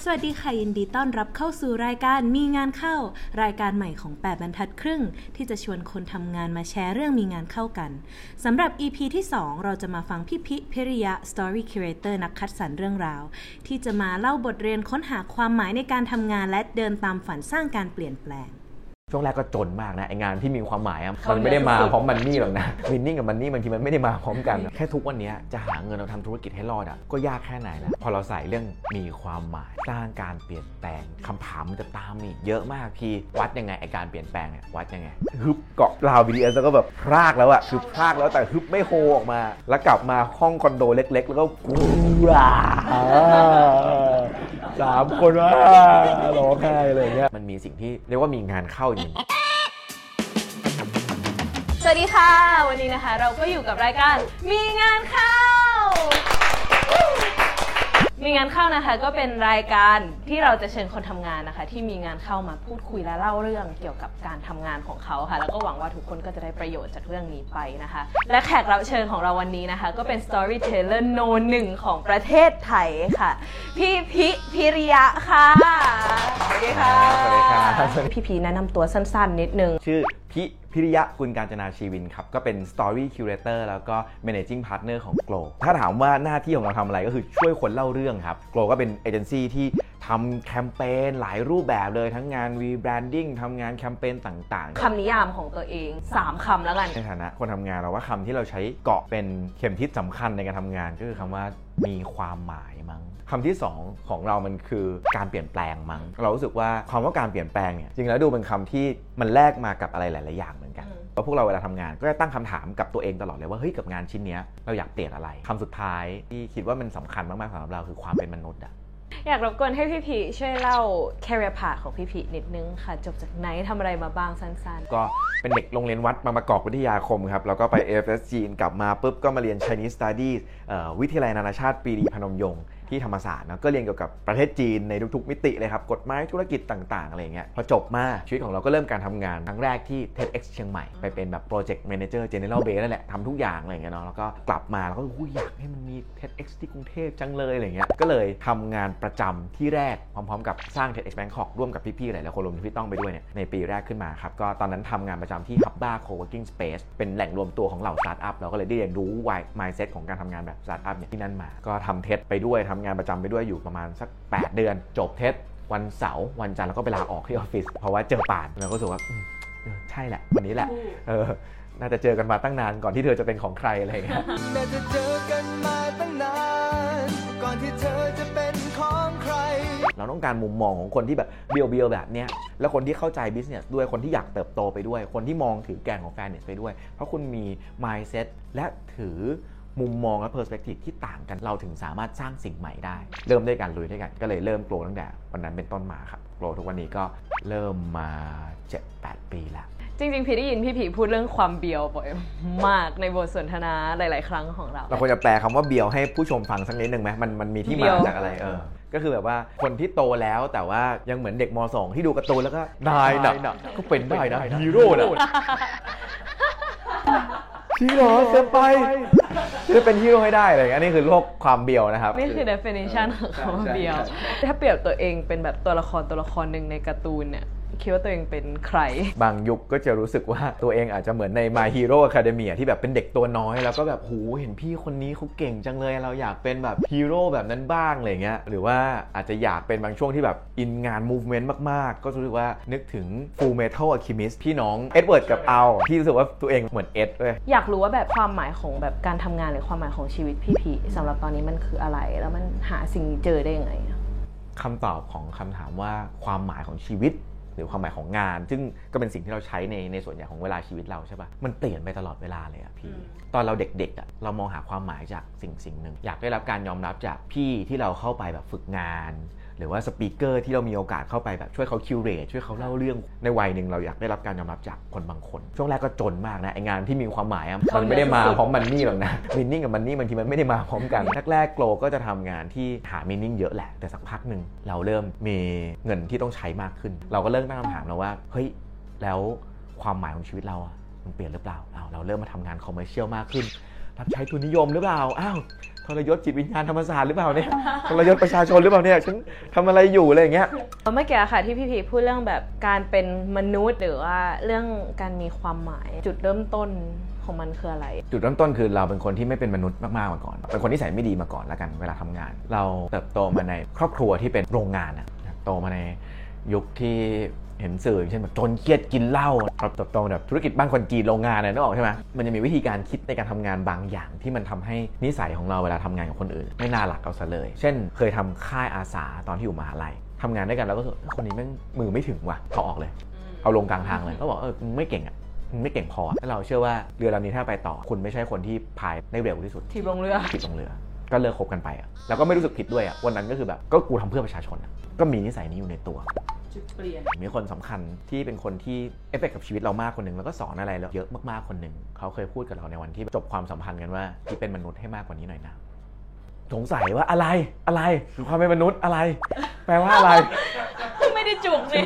สวัสดีค่ะยินดีต้อนรับเข้าสู่รายการมีงานเข้ารายการใหม่ของ8บรรทัดครึ่งที่จะชวนคนทำงานมาแชร์เรื่องมีงานเข้ากันสำหรับ EP ที่2เราจะมาฟังพี่พิริยะ Story Curator นักคัดสรรเรื่องราวที่จะมาเล่าบทเรียนค้นหาความหมายในการทำงานและเดินตามฝันสร้างการเปลี่ยนแปลงช่วงแรกก็จนมากนะไองานที่มีความหมายมันไม่ได้มาพร้อมมันนี่หรอกนะวินนิ่งกับมันนี่บางทีมันไม่ได้มาพร้อมกันแค่ทุกวันนี้จะหาเงินเราทำธุรกิจให้รอดก็ยากแค่ไหนแล้วพอเราใส่เรื่องมีความหมายสร้างการเปลี่ยนแปลงคำถามมันจะตามอีกเยอะมากพี่วัดยังไงไอการเปลี่ยนแปลงเนี่ยวัดยังไงฮึบเกาะราว BTS แล้วก็แบบพรากแล้วคือพรากแล้วแต่ฮึบไม่โฮออกมาแล้วกลับมาห้องคอนโดเล็กๆแล้วก็กูรา3 คนว่าร้องไห้อะไรเงี้ยมันมีสิ่งที่เรียกว่ามีงานเข้าจริงสวัสดีค่ะวันนี้นะคะเราก็อยู่กับรายการมีงานเข้ามีงานเข้านะคะก็เป็นรายการที่เราจะเชิญคนทำงานนะคะที่มีงานเข้ามาพูดคุยและเล่าเรื่องเกี่ยวกับการทำงานของเขาค่ะแล้วก็หวังว่าทุกคนก็จะได้ประโยชน์จากเรื่องนี้ไปนะคะและแขกรับเชิญของเราวันนี้นะคะก็เป็น Storyteller No. 1ของประเทศไทยค่ะพี่พิริยะค่ะสวัสดีค่ะสวัสดีค่ะพี่แนะนำตัวสั้นๆนิดนึงชื่อพิริยะกุลกาญจนาชีวินครับก็เป็น Story Curator แล้วก็ Managing Partner ของ Glow ถ้าถามว่าหน้าที่ของเราทำอะไรก็คือช่วยคนเล่าเรื่องครับ Glow ก็เป็นเอเจนซี่ที่ทำแคมเปญหลายรูปแบบเลยทั้งงาน rebranding ทำงานแคมเปญต่างๆคำนิยามของตัวเอง3 คำแล้วกันในฐานะคนทำงานเราว่าคำที่เราใช้เกาะเป็นเข็มทิศสำคัญในการทำงานก็คือคำว่ามีความหมายมั้งคำที่2ของเรามันคือการเปลี่ยนแปลงมั้งเรารู้สึกว่าคำว่าการเปลี่ยนแปลงเนี่ยจริงแล้วดูเป็นคำที่มันแลกมากับอะไรหลายๆอย่างเหมือนกันเพราะพวกเราเวลาทำงานก็จะตั้งคำถามกับตัวเองตลอดเลยว่าเฮ้ยกับงานชิ้นนี้เราอยากเปลี่ยนอะไรคำสุดท้ายที่คิดว่ามันสำคัญมากๆสำหรับเราคือความเป็นมนุษย์อยากรบกวนให้พี่พีช่วยเล่า career path ของพี่พีนิดนึงค่ะจบจากไหนทำอะไรมาบ้างสั้นๆก็เป็นเด็กโรงเรียนวัดบางประกอบวิทยาคมครับแล้วก็ไป AFS จีนกลับมาปุ๊บก็มาเรียน Chinese Studies วิทยาลัยนานาชาติปรีดีพนมยงค์ที่ธรรมศาสตร์นะก็เรียนเกี่ยวกับประเทศจีนในทุกๆมิติเลยครับกฎหมายธุรกิจต่างๆอะไรเงี้ยพอจบมาชีวิตของเราก็เริ่มการทำงานครั้งแรกที่ TEDx เชียงใหม่ไปเป็นแบบ Project Manager General Base นั่นแหละทำทุกอย่างอะไรเงี้ยเนาะแล้วก็กลับมาแล้วก็อยากให้มันมี TEDx ที่กรุงเทพจังเลยอะไรเงี้ยก็เลยทำงานประจำที่แรกพร้อมๆกับสร้าง TEDx Bangkok ร่วมกับพี่ๆหลายๆคนรวมถึงพี่ต้องไปด้วยเนี่ยในปีแรกขึ้นมาครับก็ตอนนั้นทำงานประจำที่ Hubba Co-working Space เป็นแหล่งรวมตัวของเหล่าสตาร์ทอัพเราก็เลยได้เรียนรู้ mindset ของการทำงานแบบสตาร์ทอัพเนี่ยที่นั่นมาก็ทำ TED ไปด้วยทำงานประจำไปด้วยอยู่ประมาณสัก8 เดือนจบเทสวันเสาร์วันจันทร์แล้วก็ไปลาออกที่ออฟฟิศเพราะว่าเจอป่านเราก็รู้สึกว่าใช่แหละวันนี้แหละน่าจะเจอกันมาตั้งนานก่อนที่เธอจะเป็นของใครอะไรอย่างเงี้ยน่าจะเจอกันมาตั้งนานก่อนที่เธอจะเป็นของใครเราต้องการมุมมองของคนที่แบบเบียวๆแบบเนี้ยแล้วคนที่เข้าใจบิสเนสด้วยคนที่อยากเติบโตไปด้วยคนที่มองถือแกนของแฟร์เนสไปด้วยเพราะคุณมี mindset และถือมุมมองและ perspective ที่ต่างกันเราถึงสามารถสร้างสิ่งใหม่ได้เริ่มด้วยกันลุยด้วยกันก็เลยเริ่มโกลตั้งแต่วันนั้นเป็นต้นมาครับโกลทุกวันนี้ก็เริ่มมา 7-8 ปีแล้วจริงๆพี่ได้ยินพี่ผีพูดเรื่องความเบียวบ่อยมากในบทสนทนาหลายๆครั้งของเราควรจะแปลคำว่าเบียวให้ผู้ชมฟังสักนิดนึงไหมมันมีที่มาจากอะไรก็คือแบบว่าคนที่โตแล้วแต่ว่ายังเหมือนเด็กม.2 ที่ดูการ์ตูนแล้วก็ได้นะก็เป็นได้นะฮีโร่นะฮีโร่เซมไปจะเป็นฮีโร่ให้ได้เลยอันนี้คือโลกความเบียวนะครับนี่คือ definition ของคำว่าเบียวถ้าเปรียบตัวเองเป็นแบบตัวละครหนึ่งในการ์ตูนเนี่ยคิดว่าตัวเองเป็นใครบางยุคก็จะรู้สึกว่าตัวเองอาจจะเหมือนใน My Hero Academia ที่แบบเป็นเด็กตัวน้อยแล้วก็แบบหูเห็นพี่คนนี้เขาเก่งจังเลยเราอยากเป็นแบบฮีโร่แบบนั้นบ้างอะไรเงี้ยหรือว่าอาจจะอยากเป็นบางช่วงที่แบบอินงาน movement มากๆก็รู้สึกว่านึกถึง Full Metal Alchemist พี่น้องเอ็ดเวิร์ดกับอัลที่รู้สึกว่าตัวเองเหมือนเอ็ดเลยอยากรู้ว่าแบบความหมายของแบบการทำงานหรือความหมายของชีวิตพี่พีสำหรับตอนนี้มันคืออะไรแล้วมันหาสิ่งเจอได้ยังไงคำตอบของคำถามว่าความหมายของชีวิตหรือความหมายของงานซึ่งก็เป็นสิ่งที่เราใช้ในส่วนใหญ่ของเวลาชีวิตเราใช่ปะมันเปลี่ยนไปตลอดเวลาเลยอะพี่ตอนเราเด็กๆเรามองหาความหมายจากสิ่งหนึ่งอยากได้รับการยอมรับจากพี่ที่เราเข้าไปแบบฝึกงานหรือว่าสปีกเกอร์ที่เรามีโอกาสเข้าไปแบบช่วยเขาคิวเรตช่วยเขาเล่าเรื่องในวัยหนึ่งเราอยากได้รับการยอมรับจากคนบางคนช่วงแรกก็จนมากนะไองานที่มีความหมายมันไม่ได้มาพร้อมมันนี่หรอกนะมินนิ่งกับมันนี่บางทีมันไม่ได้มาพร้อมกันแรกๆโกลก็จะทำงานที่หามินนิ่งเยอะแหละแต่สักพักหนึ่งเราเริ่มมีเงินที่ต้องใช้มากขึ้นเราก็เริ่มตั้งคำถามแล้วว่าเฮ้ยแล้วความหมายของชีวิตเรามันเปลี่ยนหรือเปล่าเราเริ่มมาทำงานคอมเมอร์เชียลมากขึ้นรับใช้ทุนนิยมหรือเปล่าอ้าวทรยศจิตวิญญาณธรรมศาสตร์หรือเปล่าเนี่ยทรยศประชาชนหรือเปล่าเนี่ยฉันทำอะไรอยู่อะไรอย่างเงี้ยเมื่อกี้ค่ะที่พี่พีพูดเรื่องแบบการเป็นมนุษย์หรือว่าเรื่องการมีความหมายจุดเริ่มต้นของมันคืออะไรจุดเริ่มต้นคือเราเป็นคนที่ไม่เป็นมนุษย์มากๆมาก่อนเป็นคนที่ใส่ไม่ดีมาก่อนแล้วกันเวลาทำงานเราเติบโตมาในครอบครัวที่เป็นโรงงานอะโตมาในยุคที่เห็นสื่อเช่นแบบจนเครียดกินเหล้าเราเติบโตแบบธุรกิจบ้านคนจีนโรงงานนึกออกใช่ไหมมันจะมีวิธีการคิดในการทำงานบางอย่างที่มันทำให้นิสัยของเราเวลาทำงานกับคนอื่นไม่น่ารักเอาซะเลยเช่นเคยทำค่ายอาสาตอนที่อยู่มหาลัยทำงานด้วยกันแล้วก็คนนี้แม่งมือไม่ถึงว่ะเขาออกเลยเอาลงกลางทางเลยก็บอกไม่เก่งอะไม่เก่งพอถ้าเราเชื่อว่าเรือลำนี้ถ้าไปต่อคุณไม่ใช่คนที่พายได้เร็วที่สุดทีบลงเรือก็เลิกคบกันไปอ่ะแล้วก็ไม่รู้สึกผิดด้วยอ่ะวันนั้นก็คือแบบก็กูทำเพื่อประชาชนอ่ะก็มีนิสัยนี้อยู่ในตัวจุดเปลี่ยนมีคนสำคัญที่เป็นคนที่เอฟเฟกต์กับชีวิตเรามากคนหนึ่งแล้วก็สอนอะไรเราเยอะมากๆคนหนึ่งเขาเคยพูดกับเราในวันที่จบความสัมพันธ์กันว่าที่เป็นมนุษย์ให้มากกว่านี้หน่อยนะสงสัยว่าอะไรคือความเป็นมนุษย์อะไรแปลว่าอะไรไม่ได้จุกสิ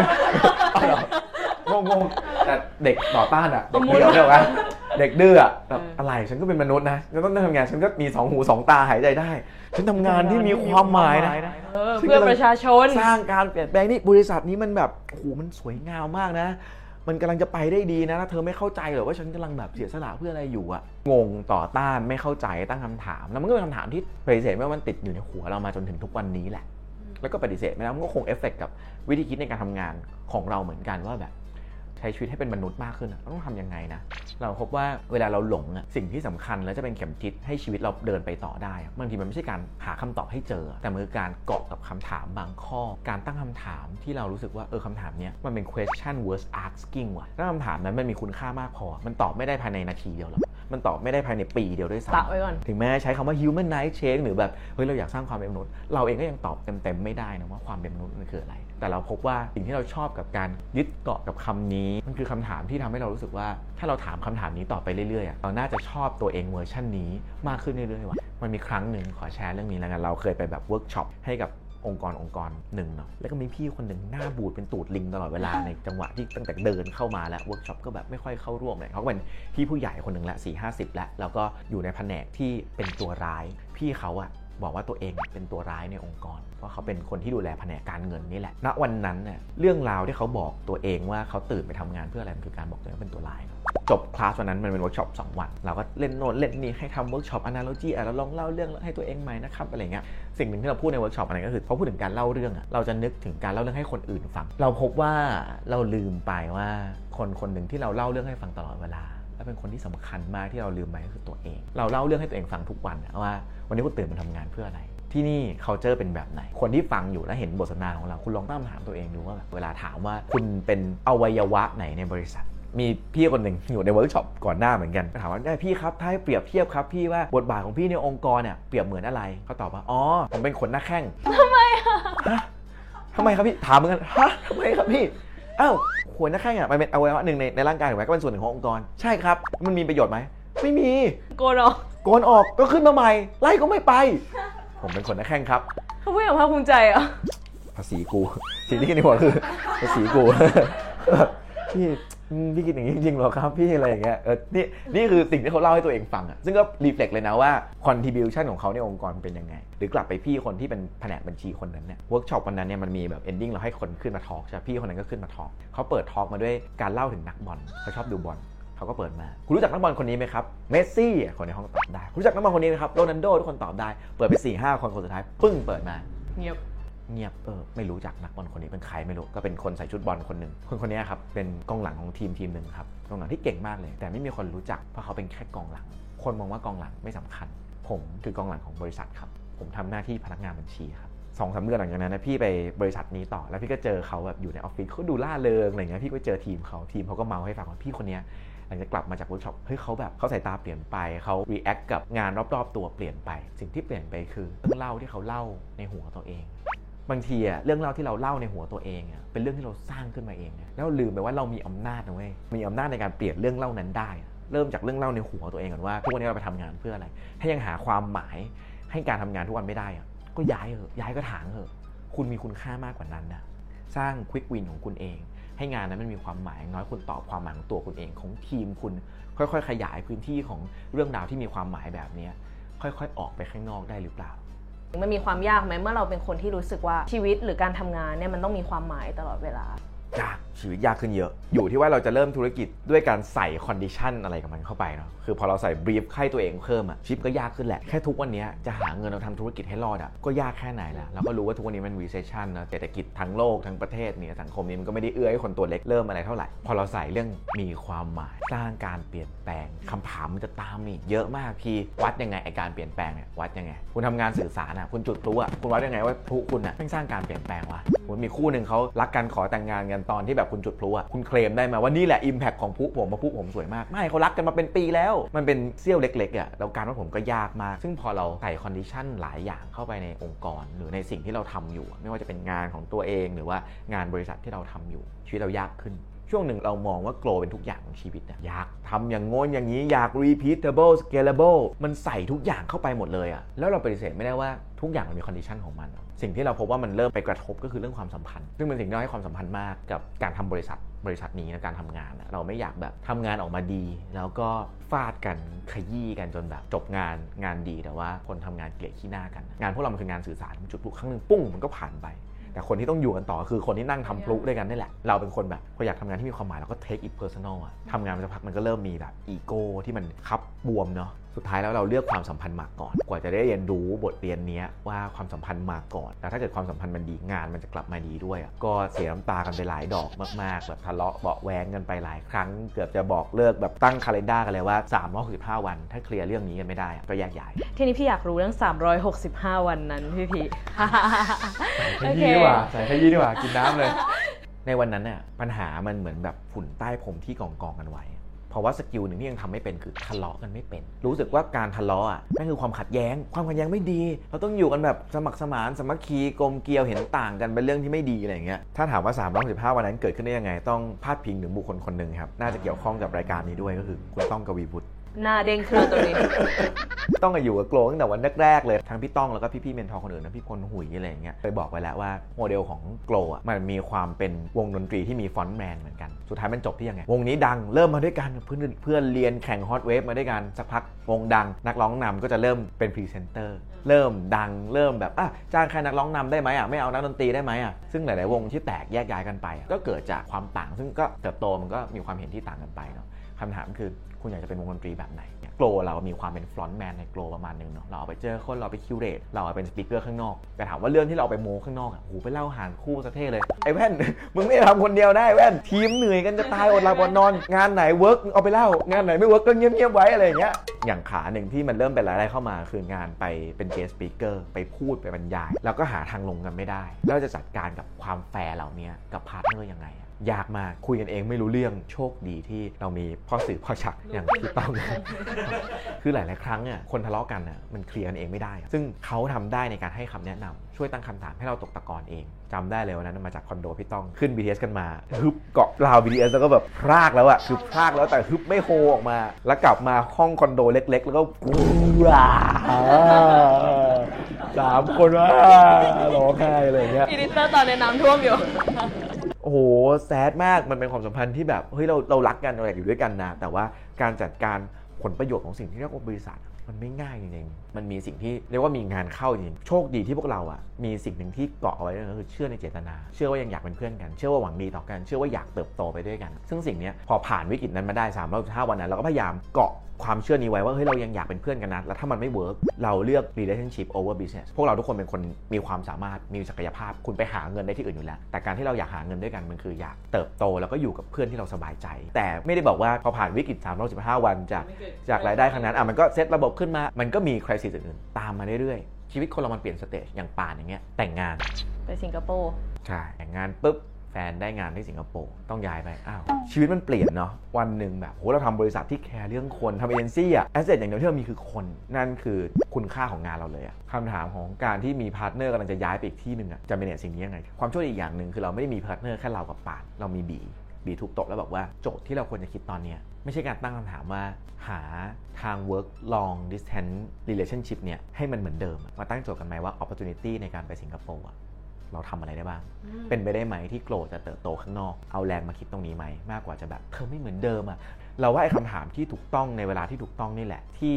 งงแต่เด็กต่อต้านอ่ะเด็กดื้อใช่ไหมเด็กดื้อแบบอะไรฉันก็เป็นมนุษย์นะฉันต้องทำงานฉันก็มี2 หู 2 ตาหายใจได้ฉันทำงานที่มีความหมายนะเพื่อประชาชนสร้างการเปลี่ยนแปลงนี่บริษัทนี้มันแบบโอ้โหมันสวยงามมากนะมันกำลังจะไปได้ดีนะเธอไม่เข้าใจหรอว่าฉันกำลังแบบเสียสละเพื่ออะไรอยู่อะงงต่อต้านไม่เข้าใจตั้งคำถามแล้วมันก็เป็นคำถามที่ปฏิเสธไม่ว่ามันติดอยู่ในหัวเรามาจนถึงทุกวันนี้แหละแล้วก็ปฏิเสธไม่ได้มันก็คงเอฟเฟกต์กับวิธีคิดในการทำงานของเราเหมือนกันว่าแบบใช้ชีวิตให้เป็นมนุษย์มากขึ้นต้องทำยังไงนะเราพบว่าเวลาเราหลงสิ่งที่สำคัญแล้วจะเป็นเข็มทิศให้ชีวิตเราเดินไปต่อได้บางทีมันไม่ใช่การหาคำตอบให้เจอแต่มันคือการเกาะกับคำถามบางข้อการตั้งคำถามที่เรารู้สึกว่าคำถามนี้มันเป็น question worth asking ว่ะถ้าคำถามนั้นมันมีคุณค่ามากพอมันตอบไม่ได้ภายในนาทีเดียวหรอกมันตอบไม่ได้ภายในปีเดียวด้วยซ้ำถึงแม้ใช้คำว่า human night change หรือแบบเราอยากสร้างความเป็นมนุษย์เราเองก็ยังตอบเต็มไม่ได้นะว่าความเป็นมนุษย์มันคืออะไรแต่เราพบว่าสิ่งที่เราชอบกับการยึดเกาะกับคำนี้มันคือคำถามที่ทำให้เรารู้สึกว่าถ้าเราถามคำถามนี้ต่อไปเรื่อยๆเราน่าจะชอบตัวเองเวอร์ชันนี้มากขึ้นเรื่อยๆว่ะมันมีครั้งหนึ่งขอแชร์เรื่องนี้แล้วกันเราเคยไปแบบเวิร์กช็อปให้กับองค์กรหนึ่งเนาะแล้วก็มีพี่คนหนึ่งหน้าบูดเป็นตูดลิงตลอดเวลาในจังหวะที่ตั้งแต่เดินเข้ามาแล้วเวิร์กช็อปก็แบบไม่ค่อยเข้าร่วมเลยเขาเป็นพี่ผู้ใหญ่คนหนึ่งละ40-50แล้วแล้วก็อยู่ในแผนกที่เป็นตัวร้ายพี่เขาบอกว่าตัวเองเป็นตัวร้ายในองค์กรเพราะเขาเป็นคนที่ดูแลแผนกการเงินนี่แหละณวันนั้นเนี่ยเรื่องราวที่เขาบอกตัวเองว่าเขาตื่นไปทำงานเพื่ออะไรมันคือการบอกตัวเองเป็นตัวร้ายจบคลาสวันนั้นมันเป็นเวิร์กช็อป2 วันเราก็เล่นโน้ตเล่นนี่ให้ทำเวิร์กช็อป analogy เราลองเล่าเรื่องให้ตัวเองใหม่นะครับอะไรเงี้ยสิ่งหนึ่งที่เราพูดในเวิร์กช็อปอะไรก็คือพอพูดถึงการเล่าเรื่องเราจะนึกถึงการเล่าเรื่องให้คนอื่นฟังเราพบว่าเราลืมไปว่าคนหนึ่งที่เราเล่าเรื่องให้ฟังตลอดเวลาและเป็นคนที่สำคัญมากที่เราลืมไปก็คือตัวเองเราเล่าเรื่องให้ตัวเองฟังทุกวันว่าวันนี้คุณตื่นมาทำงานเพื่ออะไรที่นี่ culture เป็นแบบไหนคนที่ฟังอยู่และเห็นบทสนทนาของเราคุณลองตั้งคำถามตัวเองดูว่าเวลาถามว่าคุณเป็นอวัยวะไหนในบริษัทมีพี่คนหนึ่งอยู่ในเวิร์กช็อปก่อนหน้าเหมือนกันถามว่าพี่ครับถ้าให้เปรียบเทียบครับพี่ว่าบทบาทของพี่ในองค์กรเนี่ยเปรียบเหมือนอะไรเขาตอบว่าผมเป็นขนหน้าแข้งทำไมทำไมครับพี่ถามเหมือนกันทำไมครับพี่ขนหน้าแข้งมันเป็นอวัยวะหนึ่งในร่างกายถูกไหมก็เป็นส่วนหนึ่งขององค์กรใช่ครับมันมีประโยชน์ไหมไม่มีโกนออกก็ขึ้นมาใหม่ไล่ก็ไม่ไปผมเป็นคนหน้าแข้งครับเขาพูดอย่างภาคภูมิใจเหรอภาษีกูสิ่งที่คิดในหัวคือภาษีกูพี่คิดอย่างนี้จริงๆหรอครับพี่อะไรอย่างเงี้ยนี่คือสิ่งที่เขาเล่าให้ตัวเองฟังซึ่งก็รีเฟล็กเลยนะว่า contribution ของเขาในองค์กรเป็นยังไงหรือกลับไปพี่คนที่เป็นแผนกบัญชีคนนั้นเนี่ยเวิร์กช็อปวันนั้นเนี่ยมันมีแบบ ending เราให้คนขึ้นมาทอล์กใช่พี่คนนั้นก็ขึ้นมาทอล์กเขาเปิดทอล์กมาด้วยการเล่าถึงนักบอลเขาชอบดูบอลเขาก็เปิดมาคุณรู้จักนักบอลคนนี้ไหมครับเมสซี่คนในห้องตอบได้คุณรู้จักนักบอลคนนี้ไหมครับโรนัลโดทุกคนตอบได้เปิดไป 4-5 คนสุดท้ายปึ้งเปิดมาเงียบไม่รู้จักนักบอลคนนี้เป็นใครไม่รู้ก็เป็นคนใส่ชุดบอลคนหนึ่งคนนี้ครับเป็นกองหลังของทีมหนึ่งครับกองหลังที่เก่งมากเลยแต่ไม่มีคนรู้จักเพราะเขาเป็นแค่กองหลังคนมองว่ากองหลังไม่สำคัญผมคือกองหลังของบริษัทครับผมทำหน้าที่พนักงานบัญชีครับ2-3 เดือนหลังจากนั้นนะพี่ไปบริษัทนี้ต่อแล้วพี่ก็เจอเขาแบบอยู่ในออฟฟิศเขาดูล่าเริงอะไรเงี้ยพี่ก็เจอทีมเขาก็เมาให้ฟังว่าพี่คนนี้หลังจากกลับมาจากเวิร์กช็อปเขาสายตาเปลี่ยนไปเขารีแอคกับงานรอบๆตัวเปลี่ยนไปสิ่งที่เปลี่ยนไปคือเรื่องเล่าที่เขาเล่าในหัวตัวเองบางทีเรื่องเล่าที่เราเล่าในหัวตัวเองเป็นเรื่องที่เราสร้างขึ้นมาเองแล้วลืมไปว่าเรามีอำนาจนะเว้ยมีอำนาจในการเปลี่ยนเรื่องเล่านั้นได้เริ่มจากเรื่องเล่าในหัวตัวเองก่อนว่าทุกวันนี้เราไปทำงานเพื่ออะไรถ้ายังหาความหมายให้การทำงานทุกวันไม่ได้ก็ย้ายก็ถางคุณมีคุณค่ามากกว่านั้นนะสร้างควิกวินของคุณเองให้งานนั้นมันมีความหมายน้อยคุณตอบความหมายของตัวคุณเองของทีมคุณค่อยๆขยายพื้นที่ของเรื่องราวที่มีความหมายแบบนี้ค่อยๆออกไปข้างนอกได้หรือเปล่ามันมีความยากไหมเมื่อเราเป็นคนที่รู้สึกว่าชีวิตหรือการทำงานเนี่ยมันต้องมีความหมายตลอดเวลายากชีวิตยากขึ้นเยอะอยู่ที่ว่าเราจะเริ่มธุรกิจด้วยการใส่คอนดิชันอะไรกับมันเข้าไปเนาะคือพอเราใส่บรีฟให้ตัวเองเพิ่มชีวิตก็ยากขึ้นแหละแค่ทุกวันนี้จะหาเงินเราทำธุรกิจให้รอดก็ยากแค่ไหนแล้วเราก็รู้ว่าทุกวันนี้มัน recession นะเศรษฐกิจทั้งโลกทั้งประเทศเนี่ยสังคมนี้มันก็ไม่ได้เอื้อให้คนตัวเล็กเริ่มอะไรเท่าไหร่พอเราใส่เรื่องมีความหมายสร้างการเปลี่ยนแปลงคำถามมันจะตามอีกเยอะมากพี่วัดยังไงไอการเปลี่ยนแปลงเนี่ยวัดยังไงคุณทำงานสื่อสารคุณจุดพลุคุณวัดยังไงว่าพลุคุณไม่สร้างการเปลี่ยนแปลงวะคุณมีคู่นึงเขารักกันขอแต่งงานกันตอนที่แบบคุณจุดพลุคุณเคลมได้ไหมว่านี่แหละ impact ของพลุผมสวยมากไม่เขารักกันมาเป็นปีแล้วมันเป็นเสี้ยวเล็กๆแล้วการว่าผมก็ยากมากซึ่งพอเราใส่คอนดิชันหลายอย่างเข้าไปในองค์กรหรือในสิ่งที่เราทำอยู่ไม่ว่าจะเป็นงานของตัวเองหรือว่างานบริษัทที่เราทำอยู่ชีวิตเรายากขึ้นช่วงหนึ่งเรามองว่าโกลเป็นทุกอย่างของชีวิตอยากทำอย่างโน้นอย่างนี้อยาก repeatable scalable มันใส่ทุกอย่างเข้าไปหมดเลยแล้วเราปฏิเสธไม่ได้ว่าทุกอย่างมันมีคอนดิชันของมันสิ่งที่เราพบว่ามันเริ่มไปกระทบก็คือเรื่องความสัมพันธ์ซึ่งเป็นสิ่งที่เราให้ความสัมพันธ์มากกับการทำบริษัทนี้ในการทำงานเราไม่อยากแบบทำงานออกมาดีแล้วก็ฟาดกันขยี้กันจนแบบจบงานดีแต่ว่าคนทำงานเกลียดขี้หน้ากันงานพวกเรามันคืองานสื่อสารจุดพลุครั้งนึงปุ้งมันก็ผ่านไปแต่คนที่ต้องอยู่กันต่อคือคนที่นั่งทำพลุด้วยกันนี่แหละเราเป็นคนแบบพออยากทำงานที่มีความหมายเราก็ take it personal ทำงานมันจะพักมันก็เริ่มมีแบบอีโก้ที่มันคับบวมเนาะสุดท้ายแล้วเราเลือกความสัมพันธ์มาก่อนกว่าจะได้เรียนรู้บทเรียนนี้ว่าความสัมพันธ์มาก่อนแล้วถ้าเกิดความสัมพันธ์มันดีงานมันจะกลับมาดีด้วยก็เสียน้ำตากันไปหลายดอกมากๆแบบทะเลาะเบาะแว้งกันไปหลายครั้งเกือบจะบอกเลิกแบบตั้งคาเลนด้ากันเลยว่า365วันถ้าเคลียร์เรื่องนี้กันไม่ได้ก็แยกย้ายทีนี้พี่อยากรู้เรื่อง365วันนั้นพี่ใส่ขยี้ดีกว่าใส่ขยี้ดีกว่ากินน้ำเลยในวันนั้นปัญหามันเหมือนแบบฝุ่นใต้ผมที่กองกันไว้เพราะว่าสกิลหนึ่งที่ยังทำไม่เป็นคือทะเลาะกันไม่เป็นรู้สึกว่าการทะเลาะนั่นคือความขัดแย้งไม่ดีเราต้องอยู่กันแบบสมัครสมานสามัคคีกลมเกลียวเห็นต่างกันเป็นเรื่องที่ไม่ดีอะไรอย่างเงี้ยถ้าถามว่า315วันนั้นเกิดขึ้นได้ยังไงต้องพาดพิงถึงบุคคลคนหนึ่งครับน่าจะเกี่ยวข้องกับรายการนี้ด้วยก็คือคุณต้องกวีบุตรหน้าเด้งเครื่องตัวนี้ต้องอยู่กับโกลตั้งแต่วันแรกๆเลยทั้งพี่ต้องแล้วก็พี่เมนทอร์คนอื่นนะพี่พลหุยอะไรอย่างเงี้ยเคยบอกไว้แล้วว่าโมเดลของโกลมันมีความเป็นวงดนตรีที่มีฟอนต์แมนเหมือนกันสุดท้ายมันจบที่ยังไงวงนี้ดังเริ่มมาด้วยกันเพื่อนเรียนแข่งฮอตเวฟมาด้วยกันสักพักวงดังนักร้องนำก็จะเริ่มเป็นพรีเซนเตอร์เริ่มดังเริ่มแบบจ้างใครนักร้องนำได้ไหมไม่เอานักดนตรีได้ไหมซึ่งหลายๆวงที่แตกแยกย้ายกันไปก็เกิดจากความต่างซึ่งก็เติบโตมันก็มีความเห็นที่ต่างกันไปเนาะคำถามคือคุณอยากจะเป็นวงดนตรีแบบไหนโกลเรามีความเป็นฟรอนต์แมนในโกลประมาณนึงเนาะเราไปเจอคนเราไปคิวเรตเราเป็นสปีกเกอร์ข้างนอกแต่ถามว่าเรื่องที่เราไปโม้ข้างนอกไปเล่าหารคู่ซะเท่เลยไอ้แว่น มึงไม่ทำคนเดียวได้แว่นทีมเหนื่อยกันจะตายอดหลับอดนอนงานไหนเวิร์กเอาไปเล่างานไหนไม่เวิร์กก็เงียบไว้อะไรอย่างเงี้ยอย่างขาหนึ่งที่มันเริ่มเป็นรายได้เข้ามาคืองานไปเป็นเกสต์สปีกเกอร์ไปพูดไปบรรยายแล้วก็หาทางลงกันไม่ได้แล้วจะจัดการกับความแฟร์เหล่านี้กับพาร์ทเนอร์ยังไงยากมากคุยกันเองไม่รู้เรื่องโชคดีที่เรามีพ่อสื่อพ่อฉักอย่างพี่ต้อง คือหลายๆครั้งคนทะเลาะกันมันเคลียร์กันเองไม่ได้ซึ่งเขาทำได้ในการให้คำแนะนำช่วยตั้งคำถามให้เราตกตะกอนเองจำได้เลยวันนั้นมาจากคอนโดพี่ต้องขึ้น BTS กันมาฮึบเกาะราว BTS แล้วก็แบบพรากแล้วคือพรากแล้วแต่ฮึบไม่โฮออกมาแล้วกลับมาห้องคอนโดเล็กๆแล้วก็3 คนว่าร้องไห้อะไรอย่างเงี้ยอีดิเตอร์ตอนในน้ำท่วมอยู่โอ้โหแซดมากมันเป็นความสัมพันธ์ที่แบบเฮ้ยเรารักกันเราอยากอยู่ด้วยกันนะแต่ว่าการจัดการผลประโยชน์ของสิ่งที่เรียกว่าบริษัทมันไม่ง่ายจริงๆมันมีสิ่งที่เรียกว่ามีงานเข้าจริงโชคดีที่พวกเรามีสิ่งหนึ่งที่เกาะเอาไว้ก็คือเชื่อในเจตนาเชื่อว่ายังอยากเป็นเพื่อนกันเชื่อว่าหวังดีต่อกันเชื่อว่าอยากเติบโตไปด้วยกันซึ่งสิ่งนี้พอผ่านวิกฤตนั้นมาได้365วันนั้นเราก็พยายามเกาะความเชื่อนี้ไว้ว่าเฮ้ยเรายังอยากเป็นเพื่อนกันนะแล้วถ้ามันไม่เวิร์กเราเลือก relationship over business พวกเราทุกคนเป็นคนมีความสามารถมีศักยภาพคุณไปหาเงินได้ที่อื่นอยู่แล้วแต่การที่เราอยากหาเงินด้วยกันมันคืออยากเติบโตแล้วก็อยู่กับเพื่อนที่เราสบายใจแต่ไม่ได้บอกว่าพอผ่านวิกฤต365วันจากรายได้ครั้งนั้นมันก็เซตระบบขึ้นมามันก็มี crisis อื่นๆตามมาเรื่อยๆชีวิตคนเรามันเปลี่ยนสเตจอย่างป่านอย่างเงี้ยแต่งงานไปสิงคโปร์ใช่แต่งงานปุ๊บแฟนได้งานที่สิงคโปร์ต้องย้ายไปชีวิตมันเปลี่ยนเนาะวันหนึ่งแบบเราทำบริษัทที่แคร์เรื่องคนทำเอเจนซี่แอสเซทอย่างเดียวที่เรามีคือคนนั่นคือคุณค่าของงานเราเลยคำถามของการที่มีพาร์ทเนอร์กำลังจะย้ายไปอีกที่หนึ่งจะเป็นสิ่งนี้ยังไงความโชคดีอีกอย่างหนึ่งคือเราไม่ได้มีพาร์ทเนอร์แค่เรากับป่านเรามีบีทุกโต๊ะแล้วบอกว่าโจทย์ที่เราควรจะคิดตอนนี้ไม่ใช่การตั้งคำถามว่าหาทาง work long distance relationship เนี่ยให้มันเหมือนเดิมมาตั้งโจทย์กันไหมว่า opportunity ในการไปสิงคโปร์เราทำอะไรได้บ้างเป็นไปได้ไหมที่โกรธจะเติบโตข้างนอกเอาแรงมาคิดตรงนี้ไหมมากกว่าจะแบบเธอไม่เหมือนเดิมเราว่าไอ้คำถามที่ถูกต้องในเวลาที่ถูกต้องนี่แหละที่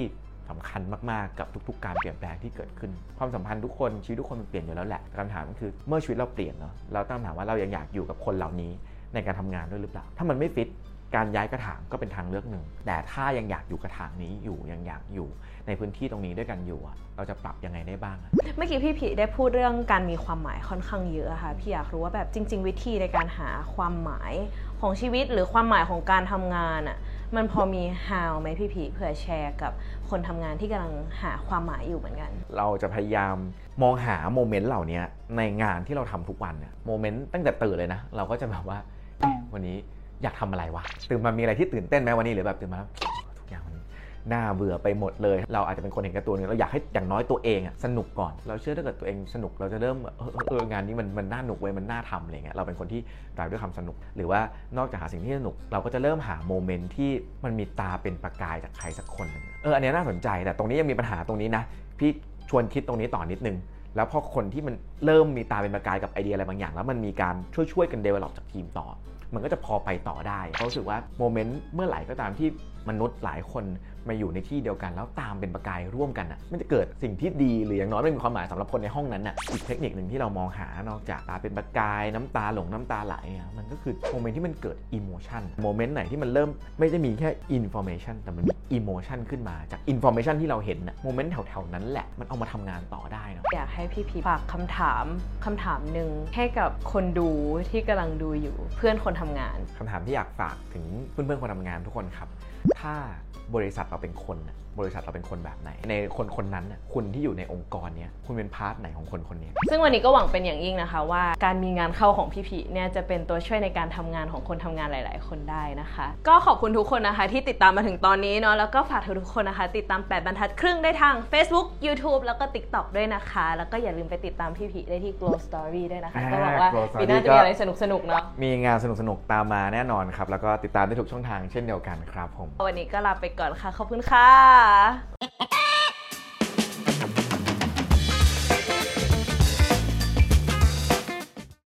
สำคัญมากๆกับทุกๆการเปลี่ยนแปลงที่เกิดขึ้นความสัมพันธ์ทุกคนชีวิตทุกคนมันเปลี่ยนอยู่แล้วแหละคำถามก็คือเมื่อชีวิตเราเปลี่ยนเนาะเราต้องถามว่าเรายังอยากอยู่กับคนเหล่านี้ในการทำงานด้วยหรือเปล่าถ้ามันไม่ฟิตการย้ายกระถางก็เป็นทางเลือกหนึ่งแต่ถ้ายังอยากอยู่กระถางนี้อยู่ยังอยากอยู่ในพื้นที่ตรงนี้ด้วยกันอยู่เราจะปรับยังไงได้บ้างเมื่อกี้พี่ผีได้พูดเรื่องการมีความหมายค่อนข้างเยอะค่ะพี่อยากรู้ว่าแบบจริงๆวิธีในการหาความหมายของชีวิตหรือความหมายของการทำงานมันพอมี how ไหมพี่ผีเผื่อแชร์กับคนทำงานที่กำลังหาความหมายอยู่เหมือนกันเราจะพยายามมองหาโมเมนต์เหล่านี้ในงานที่เราทำทุกวันเนี่ยโมเมนต์ตั้งแต่ตื่นเลยนะเราก็จะแบบว่าวันนี้อยากทำอะไรวะตื่นมามีอะไรที่ตื่นเต้นไหมวันนี้หรือแบบตื่นมาทุกอย่างมันน่าเบื่อไปหมดเลยเราอาจจะเป็นคนเห็นแก่ตัวนึงเราอยากให้อย่างน้อยตัวเองสนุกก่อนเราเชื่อถ้าเกิดตัวเองสนุกเราจะเริ่มงานนี้มันน่าหนุกเว้ยมันน่าทำอะไรเงี้ยเราเป็นคนที่driveด้วยความสนุกหรือว่านอกจากหาสิ่งที่สนุกเราก็จะเริ่มหาโมเมนต์ที่มันมีตาเป็นประกายจากใครสักคนอันนี้น่าสนใจแต่ตรงนี้ยังมีปัญหาตรงนี้นะพี่ชวนคิดตรงนี้ต่อนิดนึงแล้วพอคนที่มันเริ่มมีตาเป็นประกายกับไอเดียอะไรบางอย่างแล้วมันมีการช่วยกัน develop จากทีมต่อมันก็จะพอไปต่อได้เพราะรู้สึกว่าโมเมนต์เมื่อไหร่ก็ตามที่มนุษย์หลายคนมาอยู่ในที่เดียวกันแล้วตามเป็นประกายร่วมกันมันจะเกิดสิ่งที่ดีหรืออย่างน้อยมันมีความหมายสำหรับคนในห้องนั้นอีกเทคนิคหนึ่งที่เรามองหานอกจากตาเป็นประกายน้ำตาหลงน้ำตาไหลมันก็คือโมเมนต์ที่มันเกิดอิโมชันโมเมนต์ไหนที่มันเริ่มไม่ได้มีแค่อินฟอร์เมชันแต่มันมีอิโมชันขึ้นมาจากอินฟอร์เมชันที่เราเห็นโมเมนต์แถวๆนั้นแหละมันเอามาทำงานต่อได้เนาะอยากให้พี่พีฝากคำถามหนึ่งให้กับคนดูที่กำลังดูอยู่เพื่อนคนทำงานคำถามที่อยากฝากถึงเพื่อนๆคนทำงานทุกคนครับถ้าบริษัทเราเป็นคนบริษัทเราเป็นคนแบบไหนในคนนั้นคุณที่อยู่ในองค์กรนี้คุณเป็นพาร์ทไหนของคนนี้ซึ่งวันนี้ก็หวังเป็นอย่างยิ่งนะคะว่าการมีงานเข้าของพี่พีเนี่ยจะเป็นตัวช่วยในการทำงานของคนทำงานหลายๆคนได้นะคะก็ขอบคุณทุกคนนะคะที่ติดตามมาถึงตอนนี้เนาะแล้วก็ฝากทุกคนนะคะติดตาม8บรรทัดครึ่งได้ทาง Facebook YouTube แล้วก็ TikTok ด้วยนะคะแล้วก็อย่าลืมไปติดตามพี่พีได้ที่ Glow Story ด้วยนะคะก็หวังว่าปีหน้าจะมีอะไรสนุกๆเนาะมีงานสนุกๆตามมาแน่นอนครับแล้วก็ติดตามได้ทุกช่องทางเช่นเดียวกันครับผมวันนี้ก็ลาไปก่อนค่ะขอบคุณค่ะ